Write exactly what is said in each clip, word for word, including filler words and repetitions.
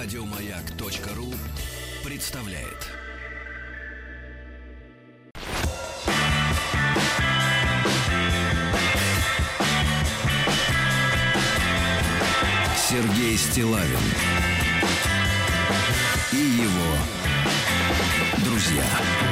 Радиомаяк.ру представляет. Сергей Стиллавин и его друзья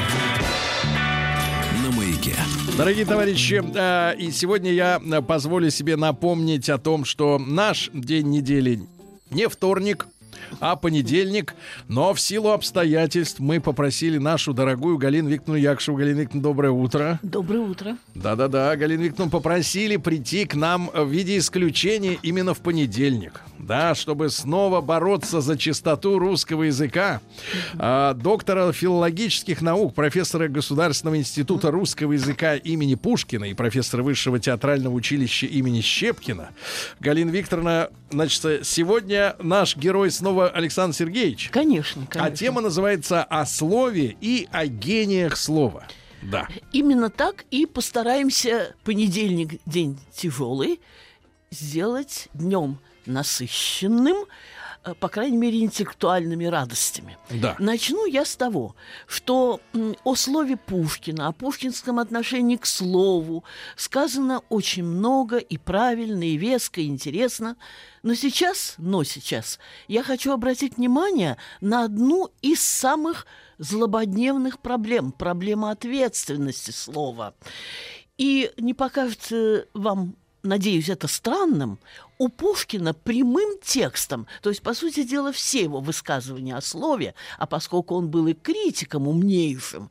на Маяке. Дорогие товарищи, и сегодня я позволю себе напомнить о том, что наш день недели не вторник, а понедельник. Но в силу обстоятельств мы попросили нашу дорогую Галину Викторовну Якшеву. Галина Викторовна, доброе утро. Доброе утро. Да-да-да, Галину Викторовну попросили прийти к нам в виде исключения именно в понедельник. Да, чтобы снова бороться за чистоту русского языка. А, доктора филологических наук, профессора Государственного института русского языка имени Пушкина и профессора Высшего театрального училища имени Щепкина. Галина Викторовна, значит, сегодня наш герой снова Александр Сергеевич. Конечно, конечно. А тема называется «О слове и о гениях слова». Да. Именно так и постараемся понедельник, день тяжелый, сделать днем насыщенным, по крайней мере, интеллектуальными радостями. Да. Начну я с того, что м, о слове Пушкина, о пушкинском отношении к слову сказано очень много и правильно, и веско, и интересно. Но сейчас, но сейчас я хочу обратить внимание на одну из самых злободневных проблем, проблема ответственности слова. И не покажется вам, надеюсь, это странным, у Пушкина прямым текстом, то есть, по сути дела, все его высказывания о слове, а поскольку он был и критиком умнейшим,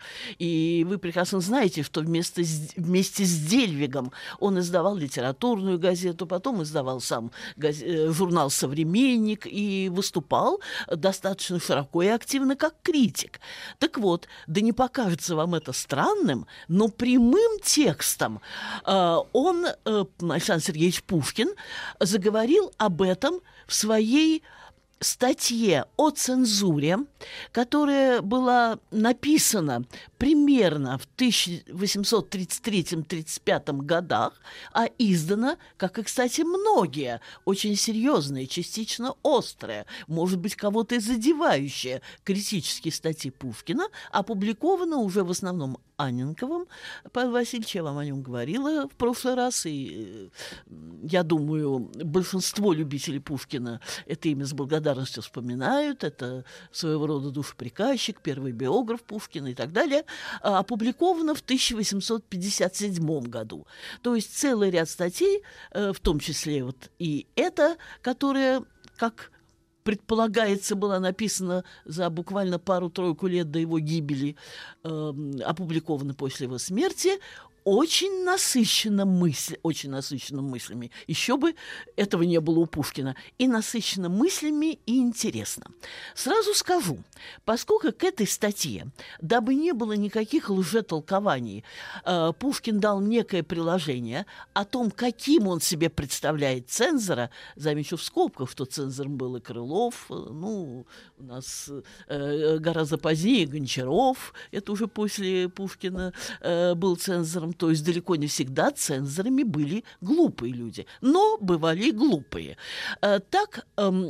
и вы прекрасно знаете, что вместо, вместе с Дельвигом он издавал литературную газету, потом издавал сам газ... журнал «Современник» и выступал достаточно широко и активно как критик. Так вот, да не покажется вам это странным, но прямым текстом э, он, э, Александр Сергеевич Пушкин, заговорил об этом в своей статье о цензуре, которая была написана примерно в тысяча восемьсот тридцать третьем — тридцать пятом годах, а издана, как и, кстати, многие, очень серьезные, частично острые, может быть, кого-то и задевающие критические статьи Пушкина, опубликована уже в основном Анненковым. Павел Васильевич, я вам о нем говорила в прошлый раз, и я думаю, большинство любителей Пушкина это имя с благодарностью вспоминают. Это своего рода душеприказчик, первый биограф Пушкина и так далее. Опубликовано в тысяча восемьсот пятьдесят седьмом году. То есть целый ряд статей, в том числе вот и эта, которая, как предполагается, была написана за буквально пару-тройку лет до его гибели, э, опубликована после его смерти, очень насыщена мысль, очень насыщена мыслями. Еще бы этого не было у Пушкина. И насыщена мыслями, и интересно. Сразу скажу, поскольку к этой статье, дабы не было никаких лжетолкований, э, Пушкин дал некое приложение о том, каким он себе представляет цензора. Замечу в скобках, что цензором был и Крылов, э, ну, у нас э, гораздо позднее Гончаров, это уже после Пушкина э, был цензором. То есть далеко не всегда цензорами были глупые люди, но бывали и глупые. Так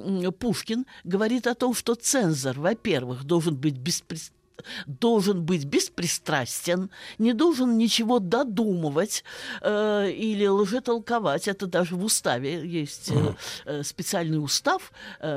Пушкин говорит о том, что цензор, во-первых, должен быть беспристрастен, должен быть беспристрастен, не должен ничего додумывать э, или лжетолковать. Это даже в уставе есть э, э, специальный устав,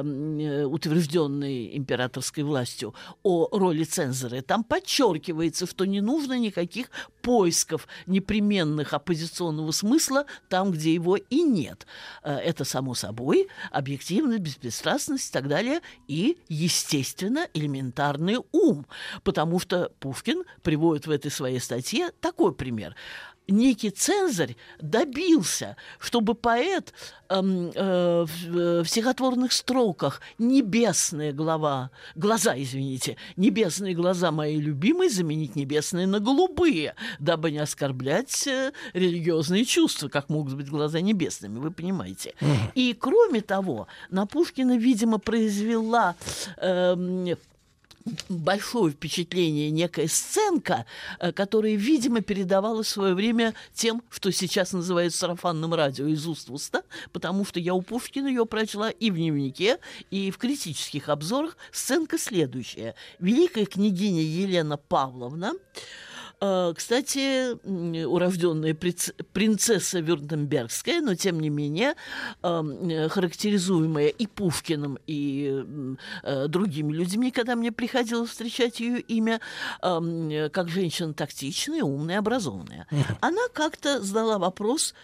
э, утвержденный императорской властью, о роли цензора. Там подчеркивается, что не нужно никаких поисков непременных оппозиционного смысла там, где его и нет. Э, это, само собой, объективность, беспристрастность и так далее, и, естественно, элементарный ум. Потому что Пушкин приводит в этой своей статье такой пример. Некий цензорь добился, чтобы поэт эм, э, в, в стихотворных строках «небесные глава, глаза, извините, небесные глаза мои любимые» заменить небесные на голубые, дабы не оскорблять э, религиозные чувства, как могут быть глаза небесными, вы понимаете. Mm. И, кроме того, на Пушкина, видимо, произвела... Э, большое впечатление некая сценка, которая, видимо, передавалась в свое время тем, что сейчас называют сарафанным радио из уст в уста, потому что я у Пушкина ее прочла и в дневнике, и в критических обзорах. Сценка следующая. Великая княгиня Елена Павловна, кстати, урожденная принцесса Вюртембергская, но, тем не менее, характеризуемая и Пушкиным, и другими людьми, когда мне приходилось встречать ее имя, как женщина тактичная, умная, образованная. Она как-то задала вопрос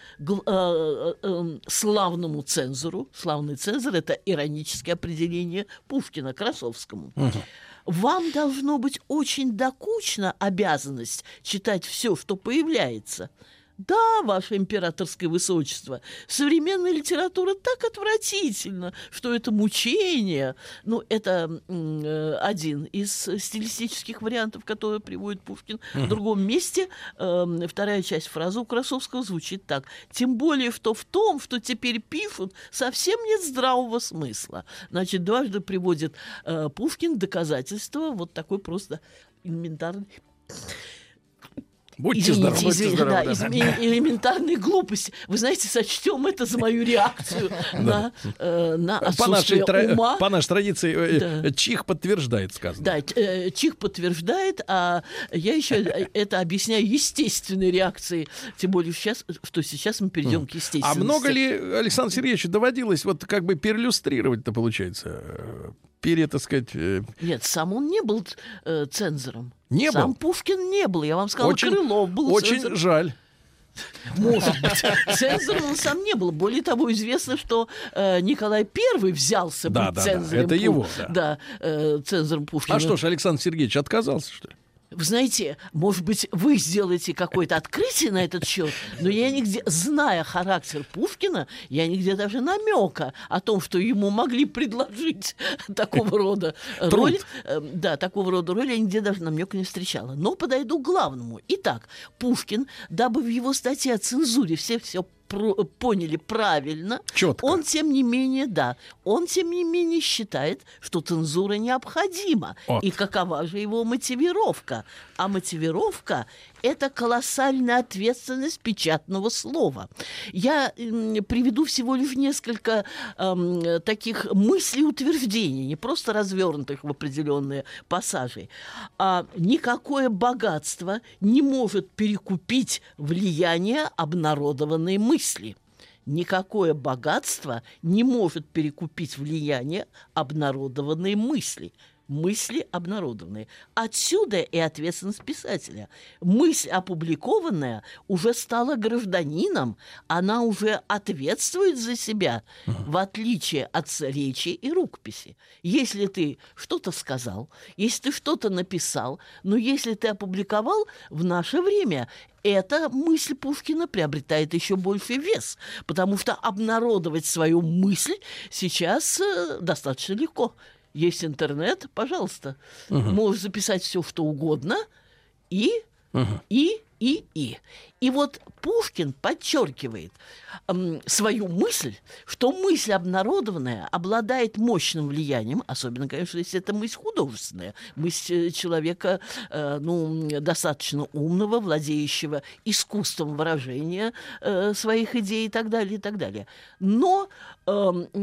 славному цензору. Славный цензор – это ироническое определение Пушкина, Красовскому. Вам должно быть очень докучна обязанность читать все, что появляется. Да, ваше императорское высочество, современная литература так отвратительна, что это мучение. Ну, это э, один из стилистических вариантов, которые приводит Пушкин. В другом месте э, вторая часть фразы у Красовского звучит так. Тем более, что в том, что теперь пишут, совсем нет здравого смысла. Значит, дважды приводит э, Пушкин доказательства вот такой просто элементарной... Будьте извините, здоровы, извините, будьте да, здоровы. Да. элементарной глупости. Вы знаете, сочтем это за мою реакцию на, э, на отсутствие по нашей, ума. По нашей традиции э, Да. Чих подтверждает сказано. Да, э, Чих подтверждает, а я еще это объясняю естественной реакцией. Тем более, сейчас, что сейчас мы перейдем к естественности. А много ли, Александр Сергеевич, доводилось вот как бы перлюстрировать-то, получается? Пере, так сказать... Э... Нет, сам он не был э, цензором. Не Сам был? Пушкин не был. Я вам сказала, Очень, Крылов был очень цензором. жаль. Может быть. Цензором он сам не был. Более того, известно, что э, Николай Первый взялся Да, быть да, да, цензором. это Пу- его, да. Да, э, цензором Пушкина. А что ж, Александр Сергеевич отказался, что ли? Вы знаете, может быть, вы сделаете какое-то открытие на этот счет, но я нигде, зная характер Пушкина, я нигде даже намека о том, что ему могли предложить такого рода роль, э, да, такого рода роль, я нигде даже намека не встречала. Но подойду к главному. Итак, Пушкин, дабы в его статье о цензуре все все Про, поняли правильно, Чётко. он, тем не менее, да, он, тем не менее, считает, что цензура необходима. Вот. И какова же его мотивировка? А мотивировка – это колоссальная ответственность печатного слова. Я м, приведу всего лишь несколько эм, таких мыслей, утверждений, не просто развернутых в определенные пассажи. А никакое богатство не может перекупить влияние обнародованной мысли. Никакое богатство не может перекупить влияние обнародованной мысли. Мысли обнародованные. Отсюда и ответственность писателя. Мысль, опубликованная, уже стала гражданином, она уже ответствует за себя, в отличие от речи и рукописи. Если ты что-то сказал, если ты что-то написал, но если ты опубликовал, в наше время эта мысль Пушкина приобретает еще больший вес, потому что обнародовать свою мысль сейчас э, достаточно легко. Есть интернет, пожалуйста. Угу. Можешь записать все, что угодно, и, угу. и, и, и. И вот Пушкин подчеркивает эм, свою мысль, что мысль обнародованная обладает мощным влиянием, особенно, конечно, если это мысль художественная, мысль человека э, ну, достаточно умного, владеющего искусством выражения э, своих идей и так далее, и так далее. Но э,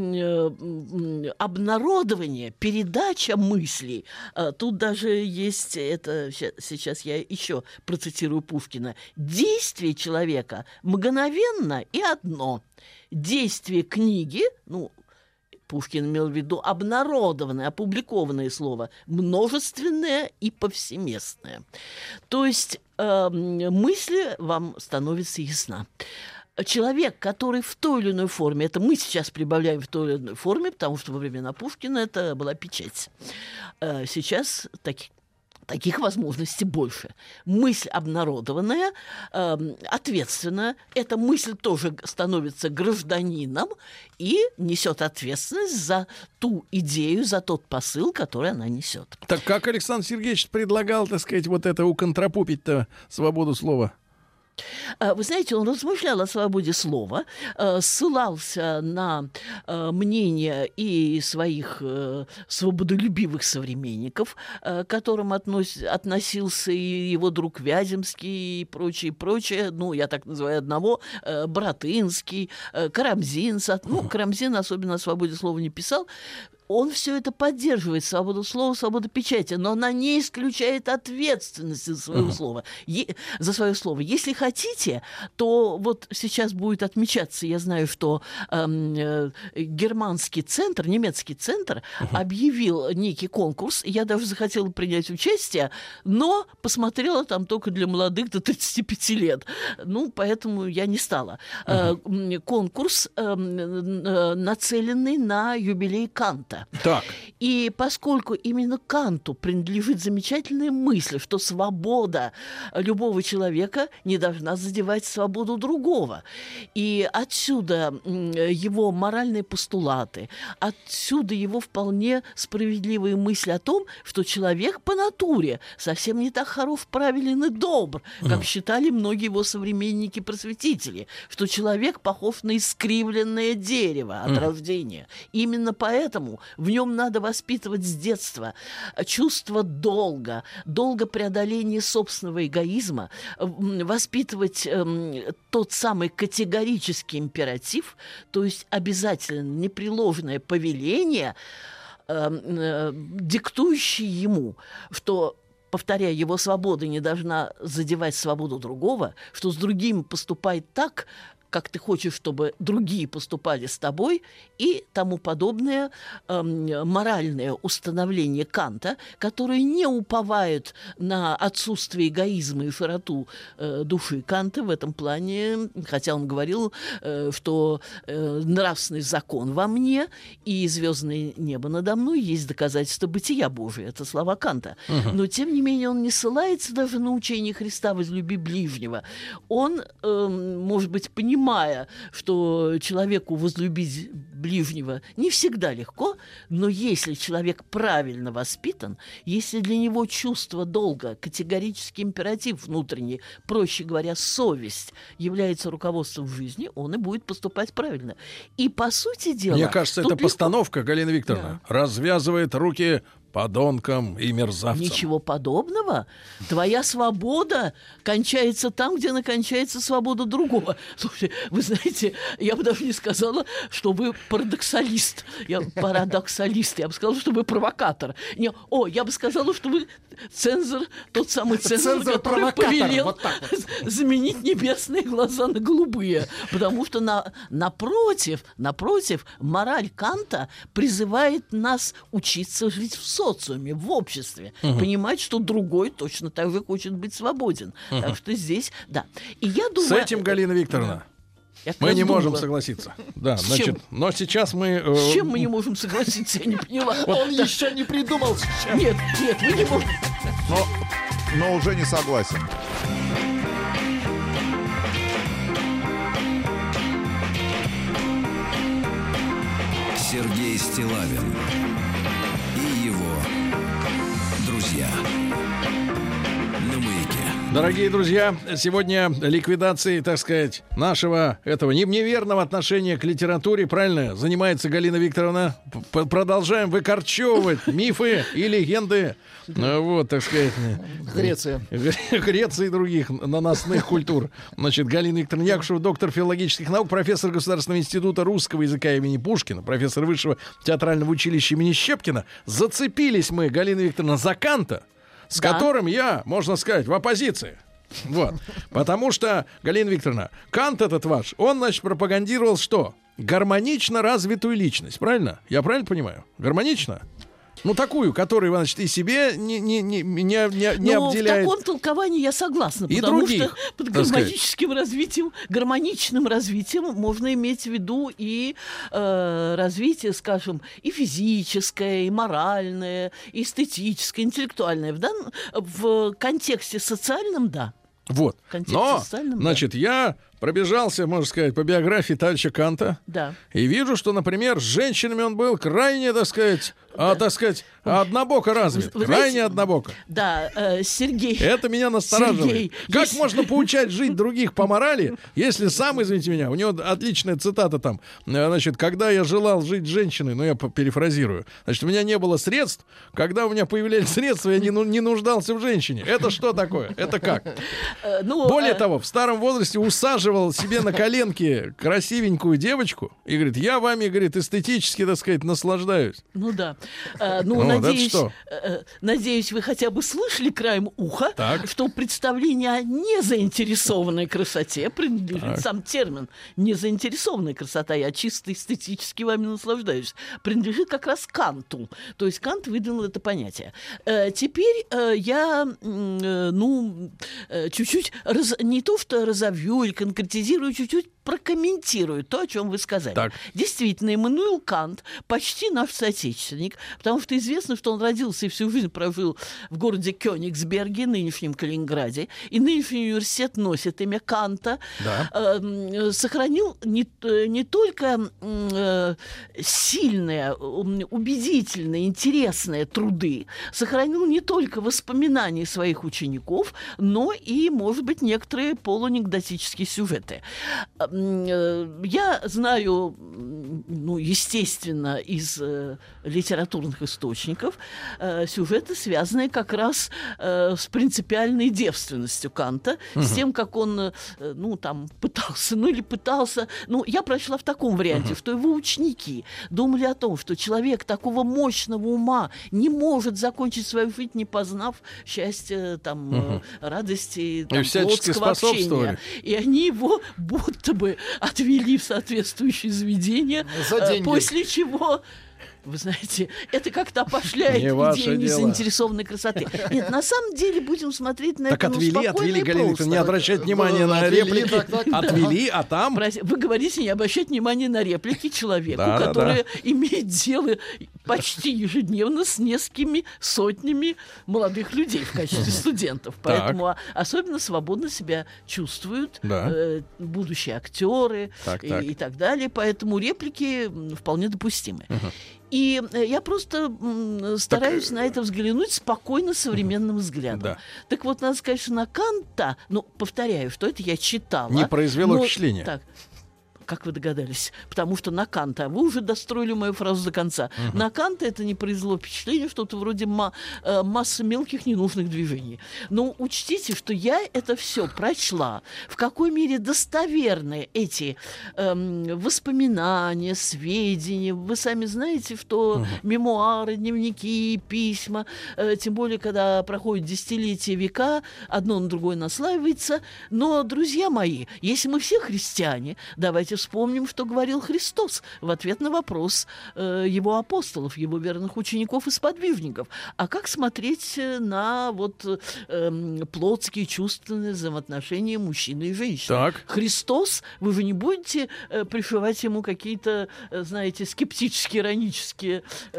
э, обнародование, передача мыслей, э, тут даже есть, это сейчас я еще процитирую Пушкина, действие Действие человека мгновенно и одно. Действие книги, ну, Пушкин имел в виду обнародованное, опубликованное слово, множественное и повсеместное. То есть э, мысль вам становится ясна. Человек, который в той или иной форме, это мы сейчас прибавляем в той или иной форме, потому что во времена Пушкина это была печать. Э, сейчас таких Таких возможностей больше. Мысль обнародованная, э, ответственная. Эта мысль тоже становится гражданином и несет ответственность за ту идею, за тот посыл, который она несет. Так как Александр Сергеевич предлагал, так сказать, вот это уконтрапупить-то свободу слова? Вы знаете, он размышлял о свободе слова, ссылался на мнение и своих свободолюбивых современников, к которым относ... относился и его друг Вяземский, и прочее, прочее. Ну, я так называю одного, Братынский, Карамзин. Ну, Карамзин особенно о свободе слова не писал. Он все это поддерживает, свободу слова, свободу печати, но она не исключает ответственности за свое uh-huh. слово. Е- за свое слово. Если хотите, то вот сейчас будет отмечаться, я знаю, что эм, э, германский центр, немецкий центр uh-huh. объявил некий конкурс, я даже захотела принять участие, но посмотрела там только для молодых до тридцати пяти лет. Ну, поэтому я не стала. Uh-huh. Э, конкурс, э, э, нацеленный на юбилей Канта. Так. И поскольку именно Канту принадлежит замечательная мысль, что свобода любого человека не должна задевать свободу другого. И отсюда его моральные постулаты, отсюда его вполне справедливые мысли о том, что человек по натуре совсем не так хорош, правилен и добр, как mm. считали многие его современники-просветители, что человек похож на искривленное дерево от mm. рождения. Именно поэтому в нем надо воспитывать с детства чувство долга, долга преодоления собственного эгоизма, воспитывать э, тот самый категорический императив, то есть обязательно непреложное повеление, э, э, диктующее ему, что, повторяю, его свобода не должна задевать свободу другого, что с другим поступает так, как ты хочешь, чтобы другие поступали с тобой, и тому подобное э, моральное установление Канта, которое не уповает на отсутствие эгоизма и широту э, души Канта в этом плане, хотя он говорил, э, что э, нравственный закон во мне и звездное небо надо мной есть доказательство бытия Божия. Это слова Канта. Uh-huh. Но, тем не менее, он не ссылается даже на учение Христа «возлюби ближнего». Он, э, может быть, понимает, понимая, что человеку возлюбить ближнего не всегда легко, но если человек правильно воспитан, если для него чувство долга, категорический императив внутренний, проще говоря, совесть, является руководством в жизни, он и будет поступать правильно. И, по сути дела... Мне кажется, эта легко... постановка, Галина Викторовна, да. развязывает руки подонкам и мерзавцам. Ничего подобного. Твоя свобода кончается там, где она кончается свобода другого. Слушайте, вы знаете, я бы даже не сказала, что вы парадоксалист. Я парадоксалист. Я бы сказала, что вы провокатор. Не, о, я бы сказала, что вы цензор, тот самый цензор, цензор который повелел вот вот. заменить небесные глаза на голубые. Потому что на, напротив, напротив, мораль Канта призывает нас учиться жить в социуме, в обществе, угу. понимать, что другой точно так же хочет быть свободен. Угу. Так что здесь, да. И я думаю... С этим, Галина Викторовна, я мы не думала. можем согласиться. Да, с значит, чем? Но сейчас мы... С чем мы не можем согласиться, я не поняла. Он еще не придумал, с чем. Нет, нет, мы не можем. Но, но уже не согласен. Сергей Стиллавин и его друзья на Маяке. Дорогие друзья, сегодня ликвидацией, так сказать, нашего этого неверного отношения к литературе, правильно, занимается Галина Викторовна. П- продолжаем выкорчевывать мифы и легенды, вот, так сказать, Греция. Греции и других наносных культур. Значит, Галина Викторовна Якушева, доктор филологических наук, профессор Государственного института русского языка имени Пушкина, профессор Высшего театрального училища имени Щепкина. Зацепились мы, Галина Викторовна, за Канта, с да. которым я, можно сказать, в оппозиции. Вот. Потому что, Галина Викторовна, Кант этот ваш, он, значит, пропагандировал что? Гармонично развитую личность. Правильно? Я правильно понимаю? Гармонично? Ну, такую, которую, значит, и себе не, не, не, не, не, не Но обделяет. в таком толковании я согласна. И потому других, что под гармоническим развитием, гармоничным развитием можно иметь в виду и э, развитие, скажем, и физическое, и моральное, и эстетическое, интеллектуальное. В, дан... в контексте социальном, да. Вот. Но, социальном, значит, да. я пробежался, можно сказать, по биографии товарища Канта. Да. И вижу, что, например, с женщинами он был крайне, так сказать, да. а, так сказать, однобоко развит. Вы, вы крайне знаете, однобоко. Да, э, Сергей. Это меня настораживает. Сергей, как есть... можно поучать жить других по морали, если сам, извините меня, у него отличная цитата там, значит, когда я желал жить с женщиной, ну я перефразирую, значит, у меня не было средств, когда у меня появлялись средства, я не, не нуждался в женщине. Это что такое? Это как? Э, ну, Более э... того, в старом возрасте усаживал себе на коленки красивенькую девочку и говорит, я вами, говорит, эстетически, так сказать, наслаждаюсь. Ну да. Э, ну, ну, надеюсь, э, надеюсь, вы хотя бы слышали краем уха, так. что представление о незаинтересованной красоте принадлежит так. сам термин «незаинтересованная красота». Я чисто эстетически вами наслаждаюсь. Принадлежит как раз Канту. То есть Кант выдвинул это понятие. Э, теперь э, я, э, ну, э, чуть-чуть раз, не то что разовью или конкретизирую, чуть-чуть прокомментирую то, о чем вы сказали. Так. Действительно, Иммануил Кант почти наш соотечественник, потому что известно, что он родился и всю жизнь прожил в городе Кёнигсберге, нынешнем Калининграде, и нынешний университет носит имя Канта. Да. Э, сохранил не, не только э, сильные, убедительные, интересные труды, сохранил не только воспоминания своих учеников, но и, может быть, некоторые полуанекдотические сюжеты. Я знаю, ну, естественно, из э, литературных источников э, сюжеты, связанные как раз э, с принципиальной девственностью Канта, угу. с тем, как он, э, ну, там, пытался, ну, или пытался... Ну, я прочла в таком варианте, угу. что его ученики думали о том, что человек такого мощного ума не может закончить свою жизнь, не познав счастья, там, угу. радости, там, плотского общения. И они его будто бы отвели в соответствующее заведение, после чего... Вы знаете, это как-то опошляет идею незаинтересованной красоты. Нет, на самом деле будем смотреть на так это отвели, ну, отвели, Галина Викторовна, не обращать внимания ну, на отвели, реплики. Так, так, отвели, а там... Прости, вы говорите, не обращать внимания на реплики человеку, да, который да. имеет дело почти ежедневно с несколькими сотнями молодых людей в качестве студентов. Поэтому так. особенно свободно себя чувствуют да. э, будущие актеры так, и, так. и так далее. Поэтому реплики вполне допустимы. Угу. И я просто м, стараюсь так... на это взглянуть спокойно, современным взглядом. Да. Так вот, надо сказать, что на Канта, ну, повторяю, что это я читала. Не произвело но, впечатления. Так, как вы догадались? Потому что на Канта, вы уже достроили мою фразу до конца, угу. на Канта это не произвело впечатление, что-то вроде ма- э, массы мелких ненужных движений. Но учтите, что я это все прочла. В какой мере достоверны эти э, воспоминания, сведения. Вы сами знаете, что угу. мемуары, дневники, письма, э, тем более, когда проходят десятилетия, века, одно на другое наслаивается. Но, друзья мои, если мы все христиане, давайте вспомним, что говорил Христос в ответ на вопрос э, его апостолов, его верных учеников и сподвижников. А как смотреть на вот э, плотские чувственные взаимоотношения мужчины и женщины? Так. Христос, вы же не будете э, пришивать ему какие-то, э, знаете, скептические, иронические э,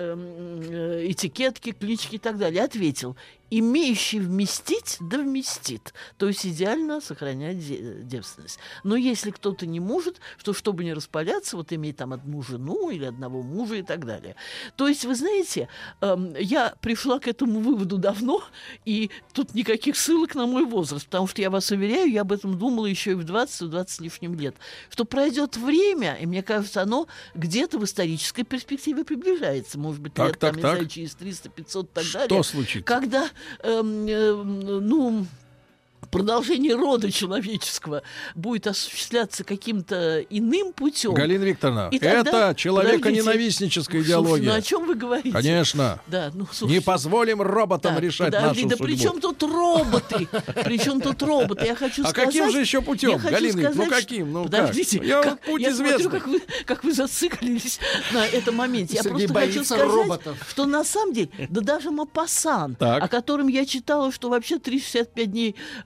э, этикетки, клички и так далее. Ответил: имеющий вместить, да вместит. То есть идеально сохранять девственность. Но если кто-то не может, то чтобы не распаляться, вот иметь там одну жену или одного мужа и так далее. То есть, вы знаете, эм, я пришла к этому выводу давно, и тут никаких ссылок на мой возраст, потому что я вас уверяю, я об этом думала еще и в двадцать-двадцать с лишним лет, что пройдет время, и мне кажется, оно где-то в исторической перспективе приближается. Может быть, так, лет так, там, так. не знаю, через триста-пятьсот и так Что далее. Что случится? Когда Эм, эм, ну, продолжение рода человеческого будет осуществляться каким-то иным путем. Галина Викторовна, и тогда, это человеконенавистническая идеология. Ну, о чем вы говорите? Конечно. Да, ну, не позволим роботам да, решать подожди, нашу да судьбу. при чем тут роботы? При чем тут роботы? Я хочу а сказать... каким же еще путем, Галина Викторовна? Ну, каким? Ну, подождите, как? Я, как, путь я известный. смотрю, как вы, как вы зациклились на этом моменте. Я Сергей просто хочу сказать, роботов. что на самом деле, да даже Мопассан, так. о котором я читала, что вообще триста шестьдесят пять дней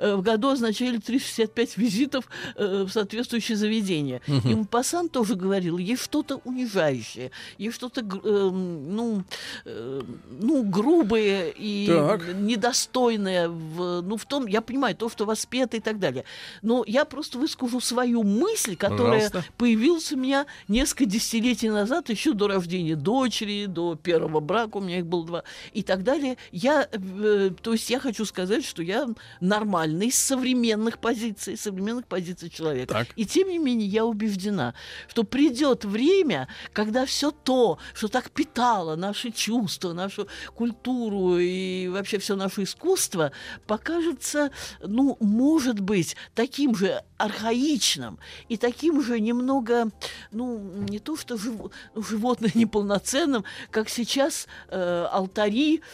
э, в году означали триста шестьдесят пять визитов э, в соответствующее заведение. Угу. И Мопассан тоже говорил, есть что-то унижающее, есть что-то э, ну, э, ну, грубое и так. недостойное в, ну, в том, я понимаю, то, что воспето и так далее. Но я просто выскажу свою мысль, которая Пожалуйста. Появилась у меня несколько десятилетий назад, еще до рождения дочери, до первого брака, у меня их было два, и так далее. Я, э, то есть я хочу сказать, что я нормальный из современных позиций, современных позиций человека. Так. И тем не менее я убеждена, что придет время, когда все то, что так питало наши чувства, нашу культуру и вообще все наше искусство, покажется, ну, может быть, таким же архаичным и таким же немного, ну, не то что жив... животное неполноценным, как сейчас э, алтари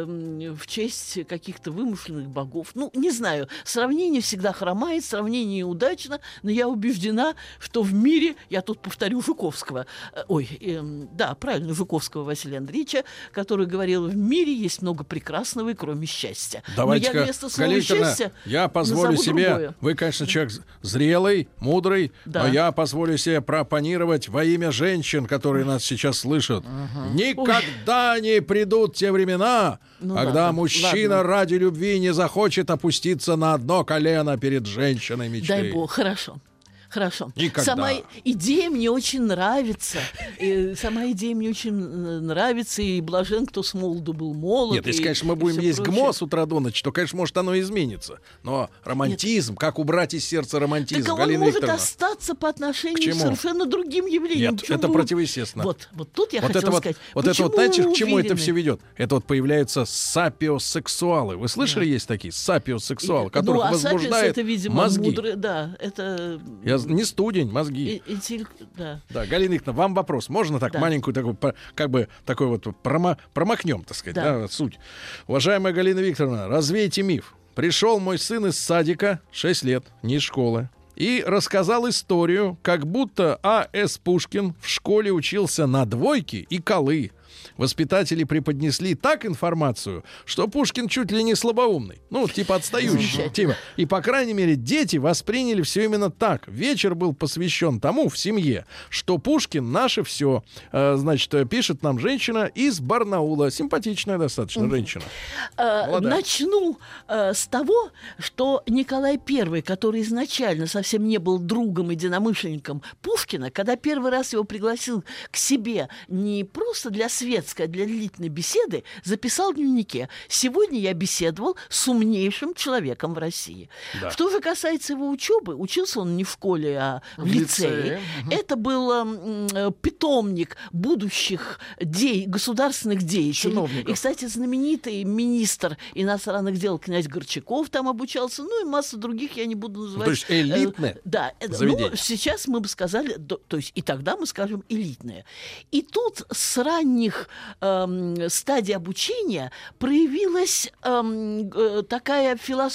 э, в честь каких-то вымышленных богов. Ну, не знаю, сравнение всегда хромает, сравнение удачно, но я убеждена, что в мире, я тут повторю Жуковского, э, ой, э, да, правильно, Жуковского Василия Андреевича, который говорил, в мире есть много прекрасного и кроме счастья. Давайте-ка, но я вместо слова счастья я позволю себе, другое. Вы, конечно, человек зрелый, мудрый, да. но я позволю себе пропонировать во имя женщин, которые нас сейчас слышат. Угу. Никогда Ой. не придут те времена, ну, когда ладно, мужчина ладно. ради любви не захочет опуститься на одно колено перед женщиной мечты. Дай бог, хорошо. Хорошо. Никогда. Сама идея мне очень нравится. И сама идея мне очень нравится. И блажен, кто с молоду был молод. Нет, если, конечно, мы будем есть прочее. ГМО с утра до ночи, то, конечно, может, оно изменится. Но романтизм, Нет. как убрать из сердца романтизм, так Галина он может Викторовна. остаться по отношению к совершенно другим явлениям. Нет, это противоестественно. Вот, вот тут я вот хотела это сказать. Вот, вот это вот, знаете, к чему это все ведет? Это вот появляются сапиосексуалы. Вы слышали, да. есть такие сапиосексуалы, которых ну, а возбуждает это, видимо, мозги. Мудрые, да, это... Я, не студень, мозги. И, и, да. да, Галина Викторовна, вам вопрос. Можно так да. маленькую такую, как бы такой вот промо, промахнем, так сказать, да. Да, суть. Уважаемая Галина Викторовна, развейте миф. Пришел мой сын из садика, шесть лет, не из школы, и рассказал историю, как будто А С Пушкин в школе учился на двойке и колы. Воспитатели преподнесли так информацию, что Пушкин чуть ли не слабоумный. Ну, типа отстающий. Типа. И, по крайней мере, дети восприняли все именно так. Вечер был посвящен тому в семье, что Пушкин наше все. Э, значит, пишет нам женщина из Барнаула. Симпатичная достаточно женщина. Э, начну э, с того, что Николай Первый, который изначально совсем не был другом и единомышленником Пушкина, когда первый раз его пригласил к себе не просто для светской, для длительной беседы, записал в дневнике: «Сегодня я беседовал с умнейшим человеком в России». Да. Что же касается его учебы, учился он не в школе, а в, в лицее. лицее. Угу. Это был э, питомник будущих де- государственных деятелей. Чиновников. И, кстати, знаменитый министр иностранных дел князь Горчаков там обучался, ну и масса других, я не буду называть. То есть элитное э, да, заведение. Ну, сейчас мы бы сказали, то есть и тогда мы скажем элитное. И тут с ранних Эм, стадии обучения проявилась эм, э, такая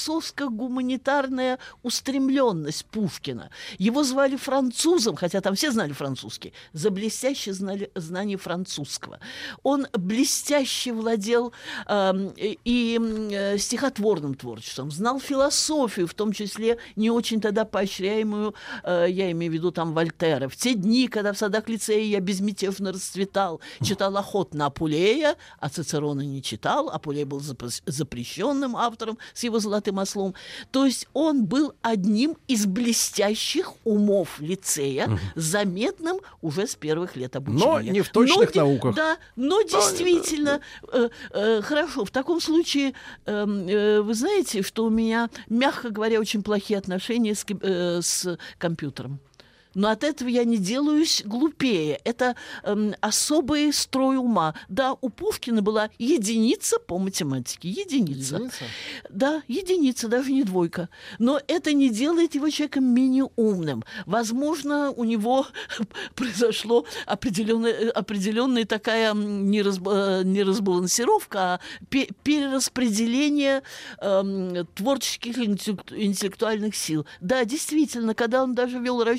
философско-гуманитарная устремленность Пушкина. Его звали французом, хотя там все знали французский, за блестящее знали, знание французского. Он блестяще владел эм, и э, стихотворным творчеством, знал философию, в том числе не очень тогда поощряемую, э, я имею в виду там Вольтера. В те дни, когда в садах лицея я безмятежно расцветал, читал охотно Апулея, а Цицерона не читал. Апулей был запрещенным автором с его золотым ослом. То есть он был одним из блестящих умов лицея, угу. заметным уже с первых лет обучения. Но не в точных но, науках. Да, но действительно, э, э, хорошо, в таком случае, э, э, вы знаете, что у меня, мягко говоря, очень плохие отношения с, э, с компьютером. Но от этого я не делаюсь глупее. Это эм, особый строй ума. Да, у Пушкина была единица по математике. Единица. Единица? Да, единица, даже не двойка. Но это не делает его человеком менее умным. Возможно, у него произошло определенная, определенная такая не, разб, не разбалансировка, а перераспределение эм, творческих интеллектуальных сил. Да, действительно, когда он даже вел расчеты,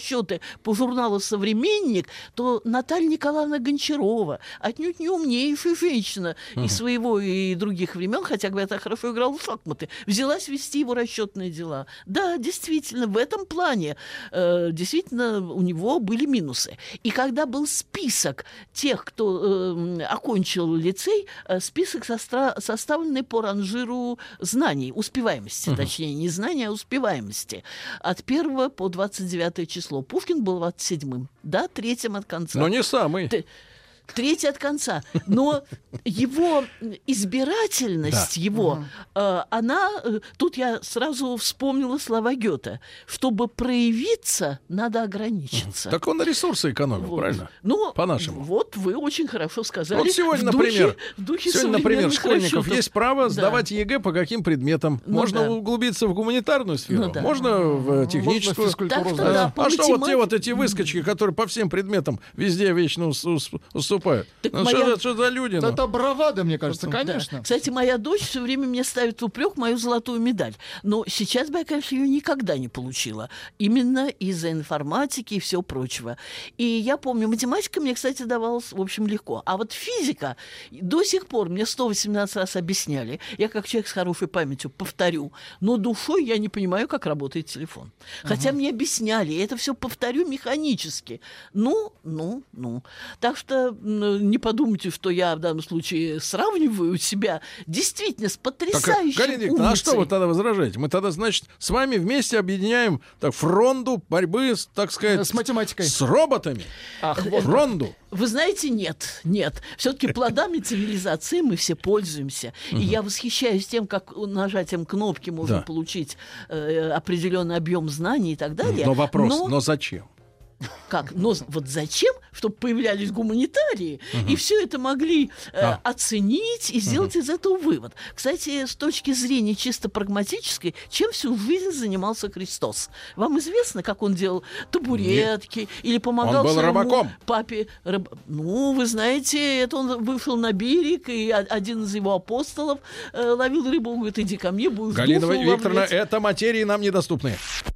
по журналу «Современник», то Наталья Николаевна Гончарова, отнюдь не умнейшая женщина uh-huh. и своего, и других времен, хотя, говорят, я хорошо играла в шахматы, взялась вести его расчетные дела. Да, действительно, в этом плане э, действительно у него были минусы. И когда был список тех, кто э, окончил лицей, э, список состра- составленный по ранжиру знаний, успеваемости, uh-huh. точнее, не знания, а успеваемости. От первого по двадцать девятое число. Пушкин был двадцать седьмым, да, третьим от конца. Но не самый. Т- Третий от конца. Но его избирательность, да. его, uh-huh. э, она... Э, тут я сразу вспомнила слова Гёте. Чтобы проявиться, надо ограничиться. Uh-huh. Так он на ресурсы экономил, вот. Правильно? Ну, по-нашему. Вот вы очень хорошо сказали. Вот сегодня, в духе, например, в духе сегодня, например, школьников расчетов. есть право да. сдавать ЕГЭ по каким предметам. Ну, можно да. углубиться в гуманитарную сферу, ну, да. можно в техническую. Можно так, да. да, а что вот те вот эти выскочки, которые по всем предметам везде вечно уступают? Ну, моя... что, что за люди? Ну? Это бравада, мне кажется, конечно. Да. Кстати, моя дочь все время мне ставит в упрек мою золотую медаль. Но сейчас бы я, конечно, ее никогда не получила. Именно из-за информатики и всего прочего. И я помню, математика мне, кстати, давалась, в общем, легко. А вот физика до сих пор мне сто восемнадцать раз объясняли. Я, как человек с хорошей памятью, повторю. Но душой я не понимаю, как работает телефон. Хотя ага. мне объясняли. И это все повторю механически. Ну, ну, ну. Так что не подумайте, что я в данном случае сравниваю себя действительно с потрясающей так, Галина Викторовна, а что вы тогда возражаете? Мы тогда, значит, с вами вместе объединяем так, фронту борьбы, с, так сказать, с математикой, с роботами. Ах, вот. Фронту. Вы знаете, нет, нет. Все-таки плодами цивилизации мы все пользуемся. И я восхищаюсь тем, как нажатием кнопки можно получить э, определенный объем знаний и так далее. Но вопрос, но, но зачем? Как? Но вот зачем? Чтобы появлялись гуманитарии, uh-huh. и все это могли э, а. оценить и сделать uh-huh. из этого вывод. Кстати, с точки зрения чисто прагматической, чем всю жизнь занимался Христос? Вам известно, как он делал табуретки Нет. или помогал он был своему рыбаком. папе? Рыб... Ну, вы знаете, это он вышел на берег, и один из его апостолов э, ловил рыбу. Он говорит, иди ко мне, будешь Галина душу Викторовна, ловлять. это материи нам недоступны.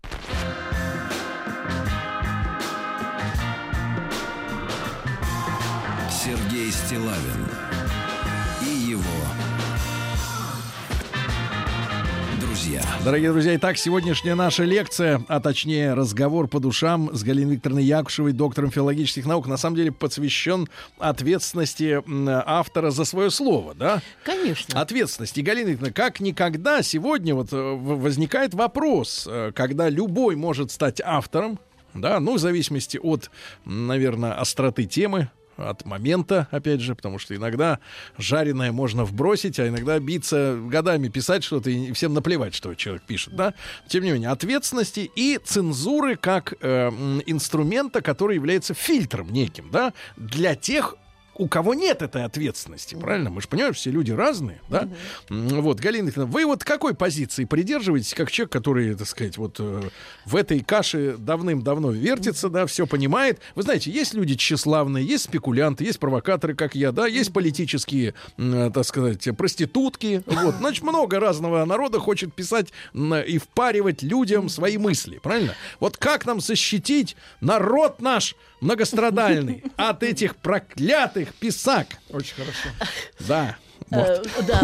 Сергей Стиллавин и его друзья. Дорогие друзья, итак, сегодняшняя наша лекция, а точнее разговор по душам с Галиной Викторовной Якушевой, доктором филологических наук, на самом деле посвящен ответственности автора за свое слово, да? Конечно. Ответственности. Галина Викторовна, как никогда сегодня вот возникает вопрос, когда любой может стать автором, да, ну, в зависимости от, наверное, остроты темы, от момента, опять же, потому что иногда жареное можно вбросить, а иногда биться годами, писать что-то, и всем наплевать, что человек пишет, да. Тем не менее, ответственности и цензуры как э, инструмента, который является фильтром неким, да, для тех, у кого нет этой ответственности, правильно? Мы же понимаем, все люди разные, да? Mm-hmm. Вот, Галина Викторовна, вы вот какой позиции придерживаетесь, как человек, который, так сказать, вот э, в этой каше давным-давно вертится, да, все понимает? Вы знаете, есть люди тщеславные, есть спекулянты, есть провокаторы, как я, да, есть политические, э, так сказать, проститутки, вот. Значит, много разного народа хочет писать э, и впаривать людям свои мысли, правильно? Вот как нам защитить народ наш многострадальный от этих проклятых писак? Очень хорошо. Да. Вот. Э, да.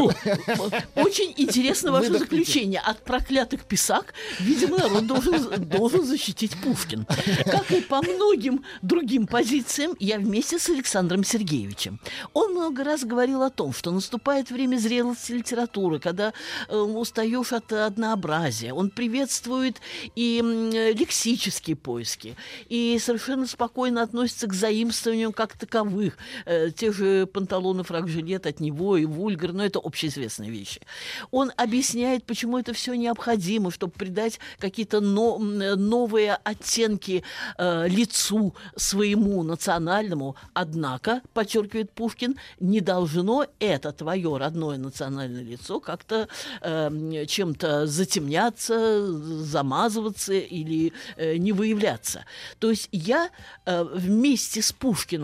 Очень интересно ваше Выдохните. заключение. От проклятых писак, видимо, народ должен, должен защитить Пушкин. Как и по многим другим позициям, я вместе с Александром Сергеевичем. Он много раз говорил о том, что наступает время зрелости литературы, когда э, устаешь от однообразия. Он приветствует и э, лексические поиски, и совершенно спокойно относится к заимствованиям как таковых. Э, те же панталоны, фрак-жилет от него и вульгар, но это общеизвестные вещи. Он объясняет, почему это все необходимо, чтобы придать какие-то но, новые оттенки э, лицу своему национальному. Однако, подчеркивает Пушкин, не должно это твое родное национальное лицо как-то э, чем-то затемняться, замазываться или э, не выявляться. То есть я э, вместе с Пушкиным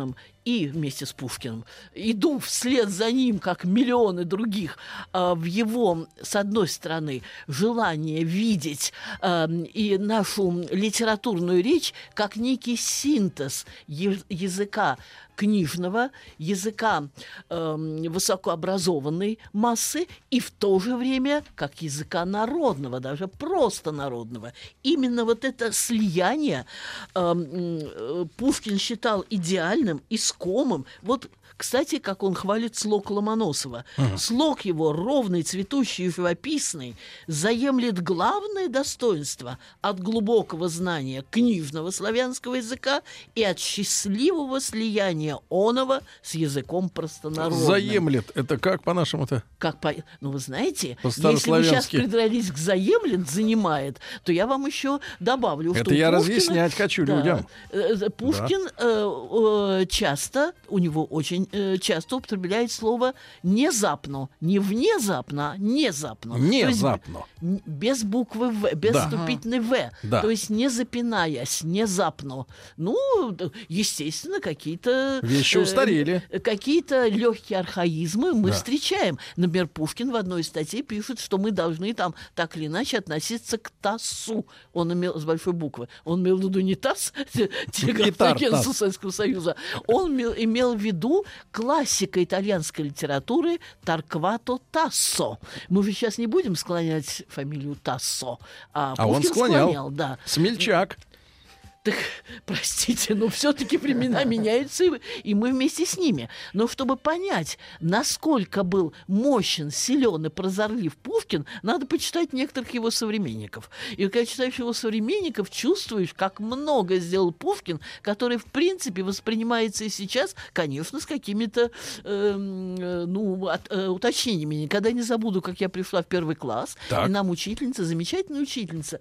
и вместе с Пушкиным иду вслед за ним, как миллионы других, э, в его, с одной стороны, желание видеть э, и нашу литературную речь как некий синтез е- языка книжного, языка э, высокообразованной массы и в то же время как языка народного, даже просто народного. Именно вот это слияние э, э, Пушкин считал идеальным, искомым. Вот, кстати, как он хвалит слог Ломоносова. Uh-huh. Слог его, ровный, цветущий и живописный, заемлет главное достоинство от глубокого знания книжного славянского языка и от счастливого слияния оного с языком простонародным. Заемлет. Это как по-нашему-то? Как по... Ну, вы знаете, если вы сейчас придрались к заемлет, занимает, то я вам еще добавлю, это что Это я Пушкина, разъяснять хочу да, людям. Пушкин да. э, э, часто, у него очень э, часто употребляет слово «незапно». Не внезапно, а «незапно». Незапно. Есть, без буквы «в», без да. вступительной «в». Да. То есть не запинаясь, внезапно. Ну, естественно, какие-то... Вещи устарели. Э, какие-то легкие архаизмы мы да. встречаем. Например, Пушкин в одной из статей пишет, что мы должны там так или иначе относиться к ТАССу. Он имел с большой буквы. Он имел в виду не ТАСС, телеграф-агентство Советского Союза. Он имел в виду классика итальянской литературы Торквато Тассо. Мы же сейчас не будем склонять фамилию Тассо, а, а Пушкин он склонял. склонял, да. Смельчак. Так, простите, но все-таки времена меняются, и мы вместе с ними. Но чтобы понять, насколько был мощен, силен и прозорлив Пушкин, надо почитать некоторых его современников. И когда читаешь его современников, чувствуешь, как много сделал Пушкин, который, в принципе, воспринимается и сейчас, конечно, с какими-то э, ну, от, э, уточнениями. Никогда не забуду, как я пришла в первый класс, так. и нам учительница, замечательная учительница.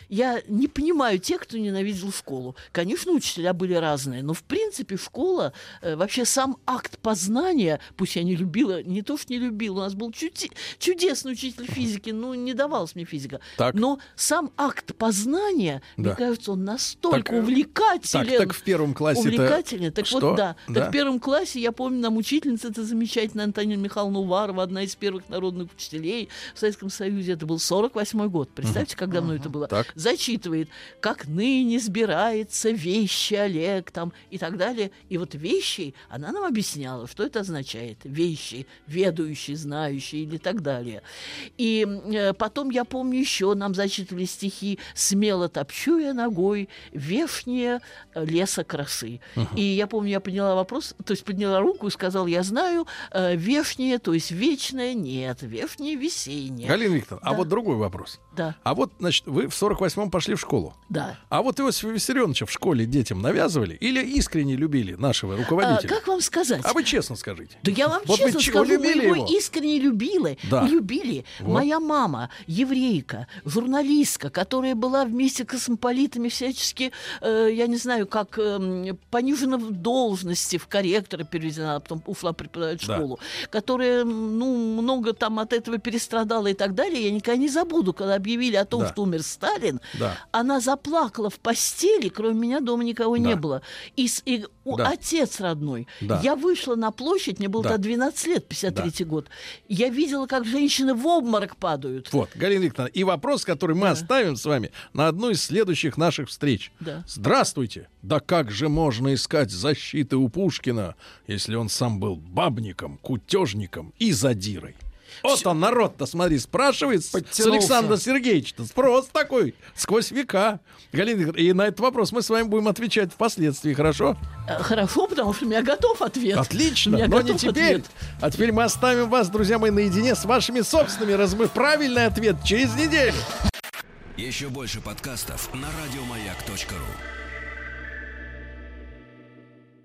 Я не понимаю тех, кто ненавидел школу. Конечно, учителя были разные, но, в принципе, школа, э, вообще сам акт познания, пусть я не любила, не то что не любила, у нас был чуди- чудесный учитель физики, ну, не давалась мне физика, так. но сам акт познания, да. мне кажется, он настолько так, увлекателен. Так, так в первом классе увлекателен. Так что? вот, да. да. Так в первом классе, я помню, нам учительница, это замечательная Антонина Михайловна Уварова, одна из первых народных учителей в Советском Союзе, это был сорок восьмой год, представьте, uh-huh. как давно uh-huh. это было. Так. Зачитывает, как ныне сбирается вещи Олег там и так далее. И вот вещи, она нам объясняла, что это означает. Вещи, ведающие, знающие или так далее. И э, потом, я помню, еще нам зачитывали стихи «Смело топчу я ногой вешнее леса красы». Uh-huh. И я помню, я подняла вопрос, то есть подняла руку и сказала, я знаю, э, вешнее, то есть вечное, нет, вешнее весеннее. Галина Викторовна, да. а вот другой вопрос. Да. А вот, значит, вы в сорок восьмом пошли в школу. Да. А вот Иосифа Виссарионовича в школе детям навязывали или искренне любили нашего руководителя? А, как вам сказать? А вы честно скажите. Да я вам вот честно вы скажу, любили мы его, его искренне любили. Да. Любили. Вот. Моя мама, еврейка, журналистка, которая была вместе с космополитами всячески, э, я не знаю, как э, понижена в должности, в корректора переведена, а потом ушла преподавать в да. школу, которая, ну, много там от этого перестрадала и так далее. Я никогда не забуду, когда объявили о том, да. что умер Сталин, да. она заплакала в постели, кроме меня дома никого да. не было. И, и да. отец родной. Да. Я вышла на площадь, мне было да. тогда двенадцать лет, пятьдесят третий да. год. Я видела, как женщины в обморок падают. Вот, Галина Викторовна, и вопрос, который мы да. оставим с вами на одну из следующих наших встреч. Да. Здравствуйте! Да как же можно искать защиты у Пушкина, если он сам был бабником, кутежником и задирой? Вот он, народ-то, смотри, спрашивает с Александра Сергеевича. Спрос такой, сквозь века. Галина, и на этот вопрос мы с вами будем отвечать впоследствии, хорошо? Хорошо, потому что у меня готов ответ. Отлично, но не теперь. Ответ. А теперь мы оставим вас, друзья мои, наедине с вашими собственными размышлениями. Правильный ответ через неделю. Еще больше подкастов на радиомаяк точка ру.